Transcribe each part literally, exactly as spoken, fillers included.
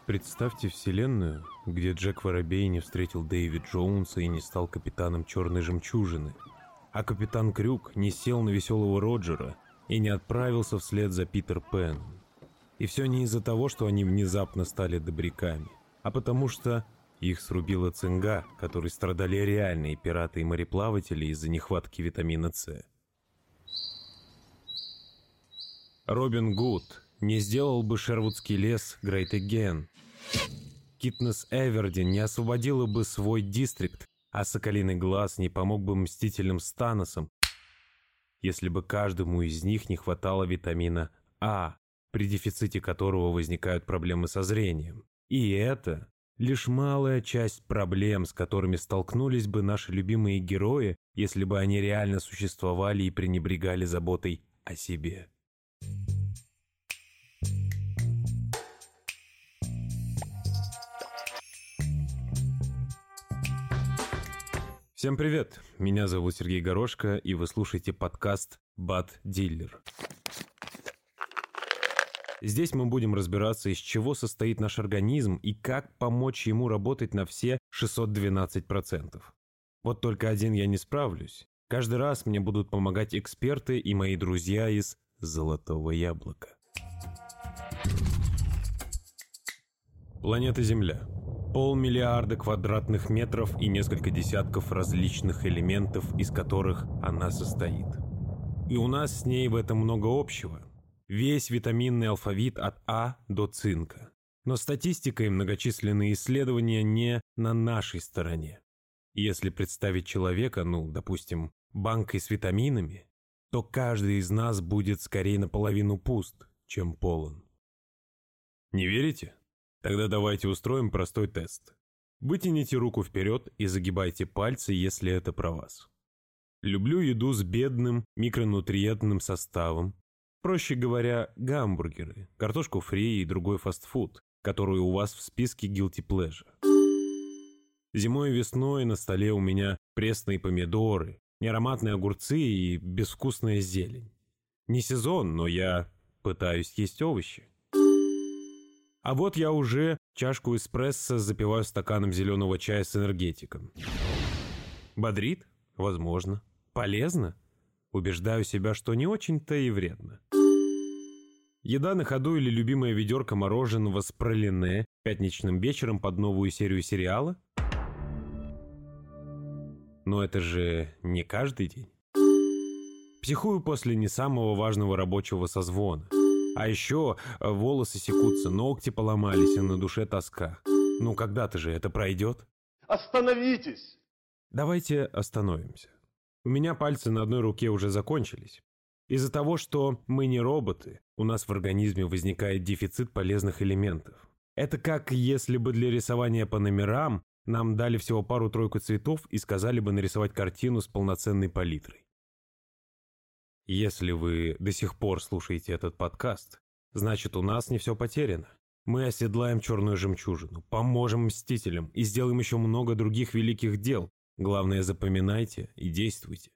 Представьте вселенную, где Джек Воробей не встретил Дэйви Джонса и не стал капитаном Черной Жемчужины, а капитан Крюк не сел на веселого Роджера и не отправился вслед за Питер Пэном. И все не из-за того, что они внезапно стали добряками, а потому что их срубила цинга, которой страдали реальные пираты и мореплаватели из-за нехватки витамина С. Робин Гуд не сделал бы Шервудский лес Great Again. Китнес Эвердин не освободила бы свой дистрикт, а Соколиный Глаз не помог бы Мстителям с Таносом, если бы каждому из них не хватало витамина А, при дефиците которого возникают проблемы со зрением. И это лишь малая часть проблем, с которыми столкнулись бы наши любимые герои, если бы они реально существовали и пренебрегали заботой о себе. Всем привет! Меня зовут Сергей Горошко, и вы слушаете подкаст «Бад Дилер». Здесь мы будем разбираться, из чего состоит наш организм и как помочь ему работать на все шестьсот двенадцать процентов. Вот только один я не справлюсь. Каждый раз мне будут помогать эксперты и мои друзья из «Золотого яблока». Планета Земля. Полмиллиарда квадратных метров и несколько десятков различных элементов, из которых она состоит. И у нас с ней в этом много общего. Весь витаминный алфавит от А до цинка. Но статистика и многочисленные исследования не на нашей стороне. Если представить человека, ну, допустим, банкой с витаминами, то каждый из нас будет скорее наполовину пуст, чем полон. Не верите? Тогда давайте устроим простой тест. Вытяните руку вперед и загибайте пальцы, если это про вас. Люблю еду с бедным микронутриентным составом. Проще говоря, гамбургеры, картошку фри и другой фастфуд, который у вас в списке guilty pleasure. Зимой и весной на столе у меня пресные помидоры, неароматные огурцы и безвкусная зелень. Не сезон, но я пытаюсь есть овощи. А вот я уже чашку эспрессо запиваю стаканом зеленого чая с энергетиком. Бодрит? Возможно. Полезно? Убеждаю себя, что не очень-то и вредно. Еда на ходу или любимая ведерко мороженого с пралине пятничным вечером под новую серию сериала? Но это же не каждый день. Психую после не самого важного рабочего созвона. А еще волосы секутся, ногти поломались, и на душе тоска. Ну, когда-то же это пройдет. Остановитесь! Давайте остановимся. У меня пальцы на одной руке уже закончились. Из-за того, что мы не роботы, у нас в организме возникает дефицит полезных элементов. Это как если бы для рисования по номерам нам дали всего пару-тройку цветов и сказали бы нарисовать картину с полноценной палитрой. Если вы до сих пор слушаете этот подкаст, значит, у нас не все потеряно. Мы оседлаем Черную Жемчужину, поможем Мстителям и сделаем еще много других великих дел. Главное, запоминайте и действуйте.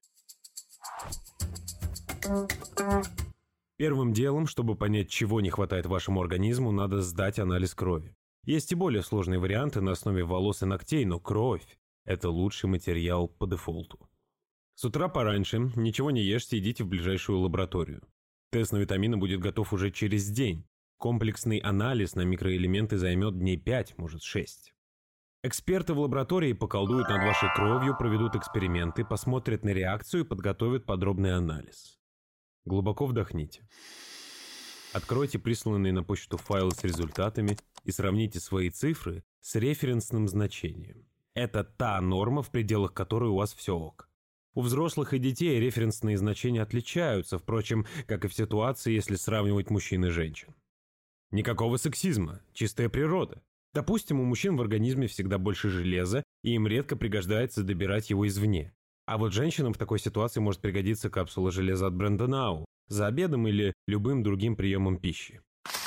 Первым делом, чтобы понять, чего не хватает вашему организму, надо сдать анализ крови. Есть и более сложные варианты на основе волос и ногтей, но кровь – это лучший материал по дефолту. С утра пораньше, ничего не ешьте, идите в ближайшую лабораторию. Тест на витамины будет готов уже через день. Комплексный анализ на микроэлементы займет дней пять, может шесть. Эксперты в лаборатории поколдуют над вашей кровью, проведут эксперименты, посмотрят на реакцию и подготовят подробный анализ. Глубоко вдохните. Откройте присланные на почту файлы с результатами и сравните свои цифры с референсным значением. Это та норма, в пределах которой у вас все ок. У взрослых и детей референсные значения отличаются, впрочем, как и в ситуации, если сравнивать мужчин и женщин. Никакого сексизма, чистая природа. Допустим, у мужчин в организме всегда больше железа, и им редко пригождается добирать его извне. А вот женщинам в такой ситуации может пригодиться капсула железа от бренда Нау за обедом или любым другим приемом пищи.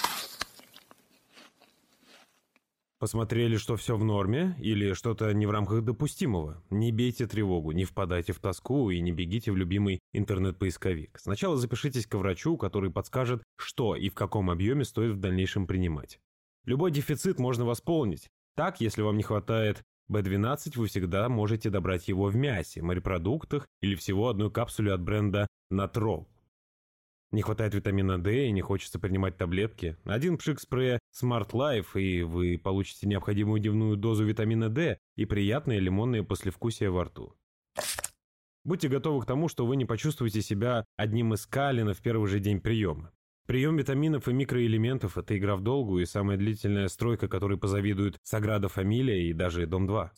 Посмотрели, что все в норме или что-то не в рамках допустимого? Не бейте тревогу, не впадайте в тоску и не бегите в любимый интернет-поисковик. Сначала запишитесь к врачу, который подскажет, что и в каком объеме стоит в дальнейшем принимать. Любой дефицит можно восполнить. Так, если вам не хватает бэ двенадцать, вы всегда можете добрать его в мясе, морепродуктах или всего одной капсуле от бренда Натрол. Не хватает витамина D и не хочется принимать таблетки. Один пшик спрея Smart Life, и вы получите необходимую дневную дозу витамина D и приятное лимонное послевкусие во рту. Будьте готовы к тому, что вы не почувствуете себя одним из Калина в первый же день приема. Прием витаминов и микроэлементов – это игра в долгую и самая длительная стройка, которой позавидуют Саграда Фамилия и даже Дом два.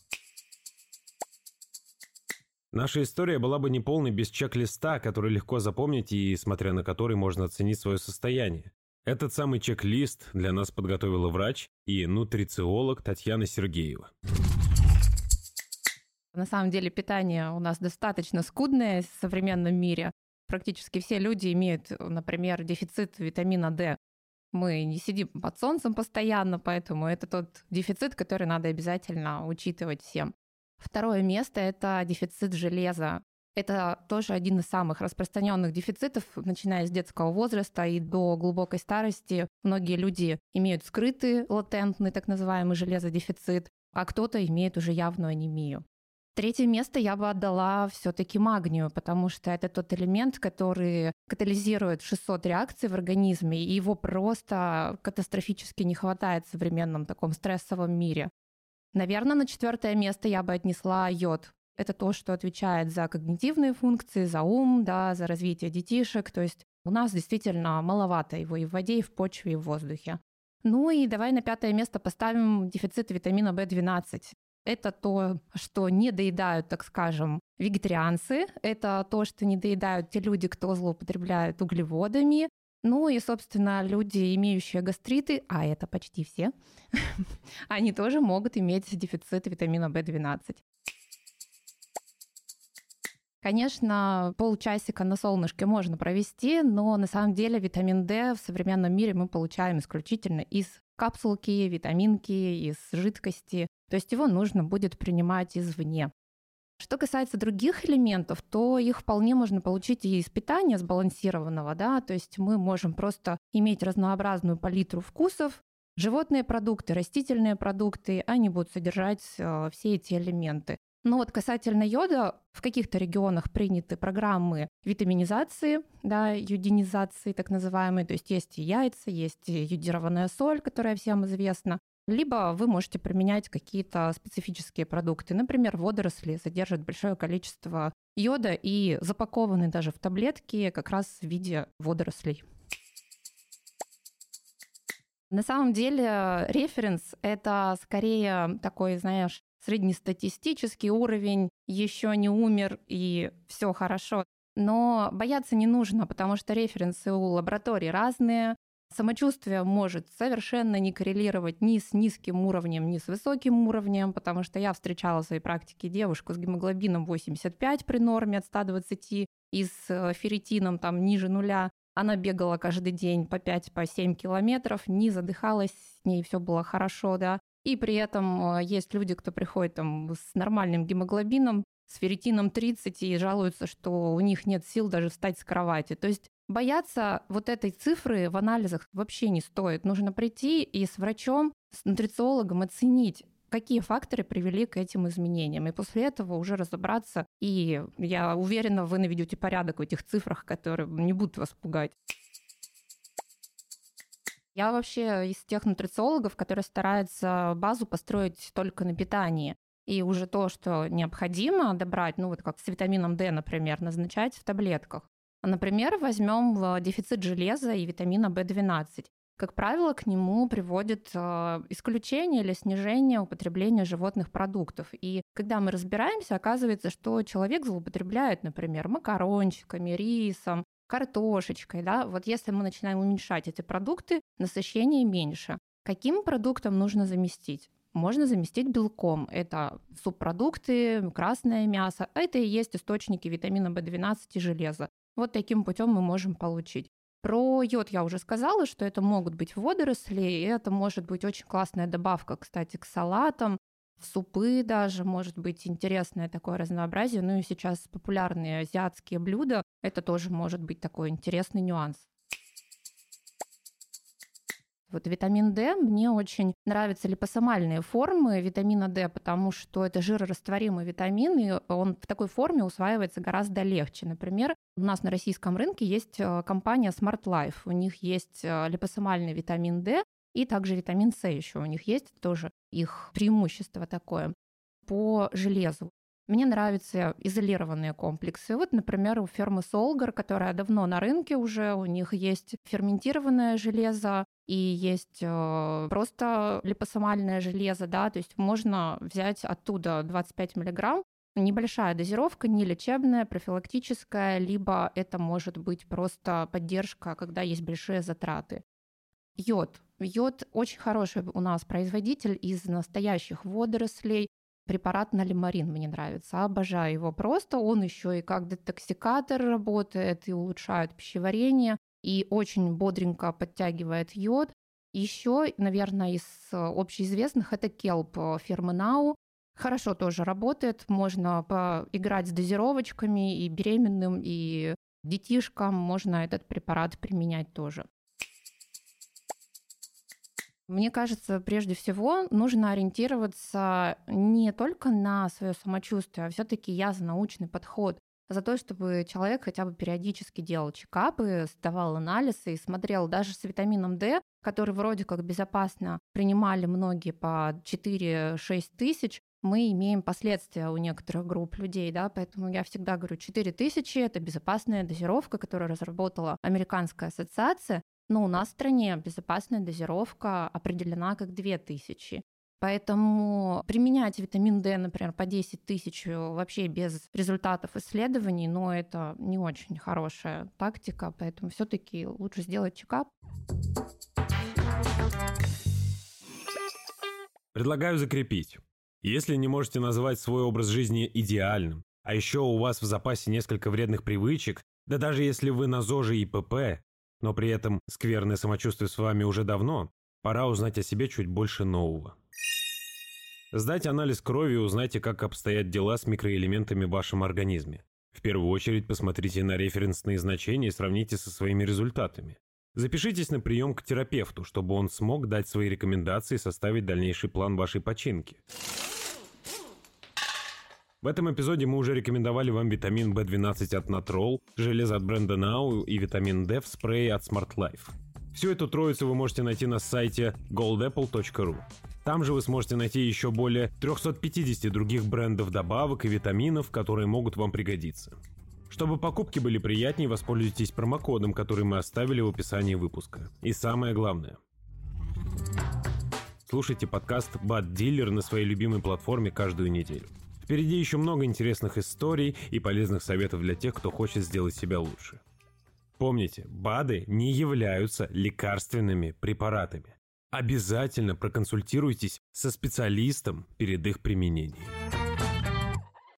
Наша история была бы неполной без чек-листа, который легко запомнить и, смотря на который, можно оценить свое состояние. Этот самый чек-лист для нас подготовила врач и нутрициолог Татьяна Сергеева. На самом деле питание у нас достаточно скудное в современном мире. Практически все люди имеют, например, дефицит витамина D. Мы не сидим под солнцем постоянно, поэтому это тот дефицит, который надо обязательно учитывать всем. Второе место – это дефицит железа. Это тоже один из самых распространенных дефицитов, начиная с детского возраста и до глубокой старости. Многие люди имеют скрытый, латентный, так называемый железодефицит, а кто-то имеет уже явную анемию. Третье место я бы отдала все-таки магнию, потому что это тот элемент, который катализирует шестьсот реакций в организме, и его просто катастрофически не хватает в современном таком стрессовом мире. Наверное, на четвертое место я бы отнесла йод. Это то, что отвечает за когнитивные функции, за ум, да, за развитие детишек. То есть у нас действительно маловато его и в воде, и в почве, и в воздухе. Ну и давай на пятое место поставим дефицит витамина бэ двенадцать. Это то, что не доедают, так скажем, вегетарианцы. Это то, что не доедают те люди, кто злоупотребляют углеводами. Ну и, собственно, люди, имеющие гастриты, а это почти все, они тоже могут иметь дефицит витамина бэ двенадцать. Конечно, полчасика на солнышке можно провести, но на самом деле витамин D в современном мире мы получаем исключительно из капсулки, витаминки, из жидкости. То есть его нужно будет принимать извне. Что касается других элементов, то их вполне можно получить и из питания сбалансированного, да, то есть мы можем просто иметь разнообразную палитру вкусов, животные продукты, растительные продукты, они будут содержать э, все эти элементы. Но вот касательно йода, в каких-то регионах приняты программы витаминизации, да, йодинизации так называемой, то есть есть и яйца, есть и йодированная соль, которая всем известна. Либо вы можете применять какие-то специфические продукты. Например, водоросли содержат большое количество йода и запакованы даже в таблетки как раз в виде водорослей. На самом деле референс — это скорее такой, знаешь, среднестатистический уровень, еще не умер и все хорошо. Но бояться не нужно, потому что референсы у лабораторий разные. Самочувствие может совершенно не коррелировать ни с низким уровнем, ни с высоким уровнем, потому что я встречала в своей практике девушку с гемоглобином восемьдесят пять при норме от ста двадцати и с ферритином там ниже нуля. Она бегала каждый день по пять-семь километров, не задыхалась, с ней все было хорошо, да. И при этом есть люди, кто приходит там с нормальным гемоглобином, с ферритином тридцать и жалуются, что у них нет сил даже встать с кровати. То есть бояться вот этой цифры в анализах вообще не стоит. Нужно прийти и с врачом, с нутрициологом оценить, какие факторы привели к этим изменениям. И после этого уже разобраться. И я уверена, вы наведете порядок в этих цифрах, которые не будут вас пугать. Я вообще из тех нутрициологов, которые стараются базу построить только на питании. И уже то, что необходимо добрать, ну вот как с витамином D, например, назначать в таблетках. Например, возьмем дефицит железа и витамина бэ двенадцать. Как правило, к нему приводит исключение или снижение употребления животных продуктов. И когда мы разбираемся, оказывается, что человек злоупотребляет, например, макарончиками, рисом, картошечкой. Да? Вот если мы начинаем уменьшать эти продукты, насыщение меньше. Каким продуктом нужно заместить? Можно заместить белком. Это субпродукты, красное мясо. Это и есть источники витамина бэ двенадцать и железа. Вот таким путем мы можем получить. Про йод я уже сказала, что это могут быть водоросли, и это может быть очень классная добавка, кстати, к салатам, в супы даже может быть интересное такое разнообразие. Ну и сейчас популярные азиатские блюда, это тоже может быть такой интересный нюанс. Вот витамин D, мне очень нравятся липосомальные формы витамина D, потому что это жирорастворимый витамин, и он в такой форме усваивается гораздо легче. Например, у нас на российском рынке есть компания Smart Life. У них есть липосомальный витамин D и также витамин С еще у них есть, тоже их преимущество такое по железу. Мне нравятся изолированные комплексы. Вот, например, у фирмы Solgar, которая давно на рынке уже, у них есть ферментированное железо и есть э, просто липосомальное железо, да, то есть можно взять оттуда двадцать пять миллиграмм, небольшая дозировка, не лечебная, профилактическая, либо это может быть просто поддержка, когда есть большие затраты. Йод. Йод очень хороший у нас производитель из настоящих водорослей. Препарат налимарин мне нравится, обожаю его просто. Он еще и как детоксикатор работает, и улучшает пищеварение, и очень бодренько подтягивает йод. Еще, наверное, из общеизвестных это келп фирмы Нау. Хорошо тоже работает, можно поиграть с дозировочками, и беременным, и детишкам можно этот препарат применять тоже. Мне кажется, прежде всего нужно ориентироваться не только на свое самочувствие, а все-таки я за научный подход, за то, чтобы человек хотя бы периодически делал чекапы, сдавал анализы и смотрел даже с витамином D, который вроде как безопасно принимали многие по четыре-шесть тысяч, мы имеем последствия у некоторых групп людей, да, поэтому я всегда говорю, четыре тысячи – это безопасная дозировка, которую разработала Американская ассоциация, но у нас в стране безопасная дозировка определена как две тысячи. Поэтому применять витамин D, например, по десять тысяч вообще без результатов исследований, но это не очень хорошая тактика, поэтому все-таки лучше сделать чекап. Предлагаю закрепить. Если не можете назвать свой образ жизни идеальным, а еще у вас в запасе несколько вредных привычек, да даже если вы на ЗОЖе и ПП, но при этом скверное самочувствие с вами уже давно, пора узнать о себе чуть больше нового. Сдайте анализ крови и узнайте, как обстоят дела с микроэлементами в вашем организме. В первую очередь посмотрите на референсные значения и сравните со своими результатами. Запишитесь на прием к терапевту, чтобы он смог дать свои рекомендации и составить дальнейший план вашей починки. В этом эпизоде мы уже рекомендовали вам витамин би двенадцать от Натрол, железо от бренда Now и витамин D в спрее от Smart Life. Всю эту троицу вы можете найти на сайте голд эпл точка ру. Там же вы сможете найти еще более триста пятьдесят других брендов добавок и витаминов, которые могут вам пригодиться. Чтобы покупки были приятнее, воспользуйтесь промокодом, который мы оставили в описании выпуска. И самое главное. Слушайте подкаст Bad Dealer на своей любимой платформе каждую неделю. Впереди еще много интересных историй и полезных советов для тех, кто хочет сделать себя лучше. Помните, БАДы не являются лекарственными препаратами. Обязательно проконсультируйтесь со специалистом перед их применением.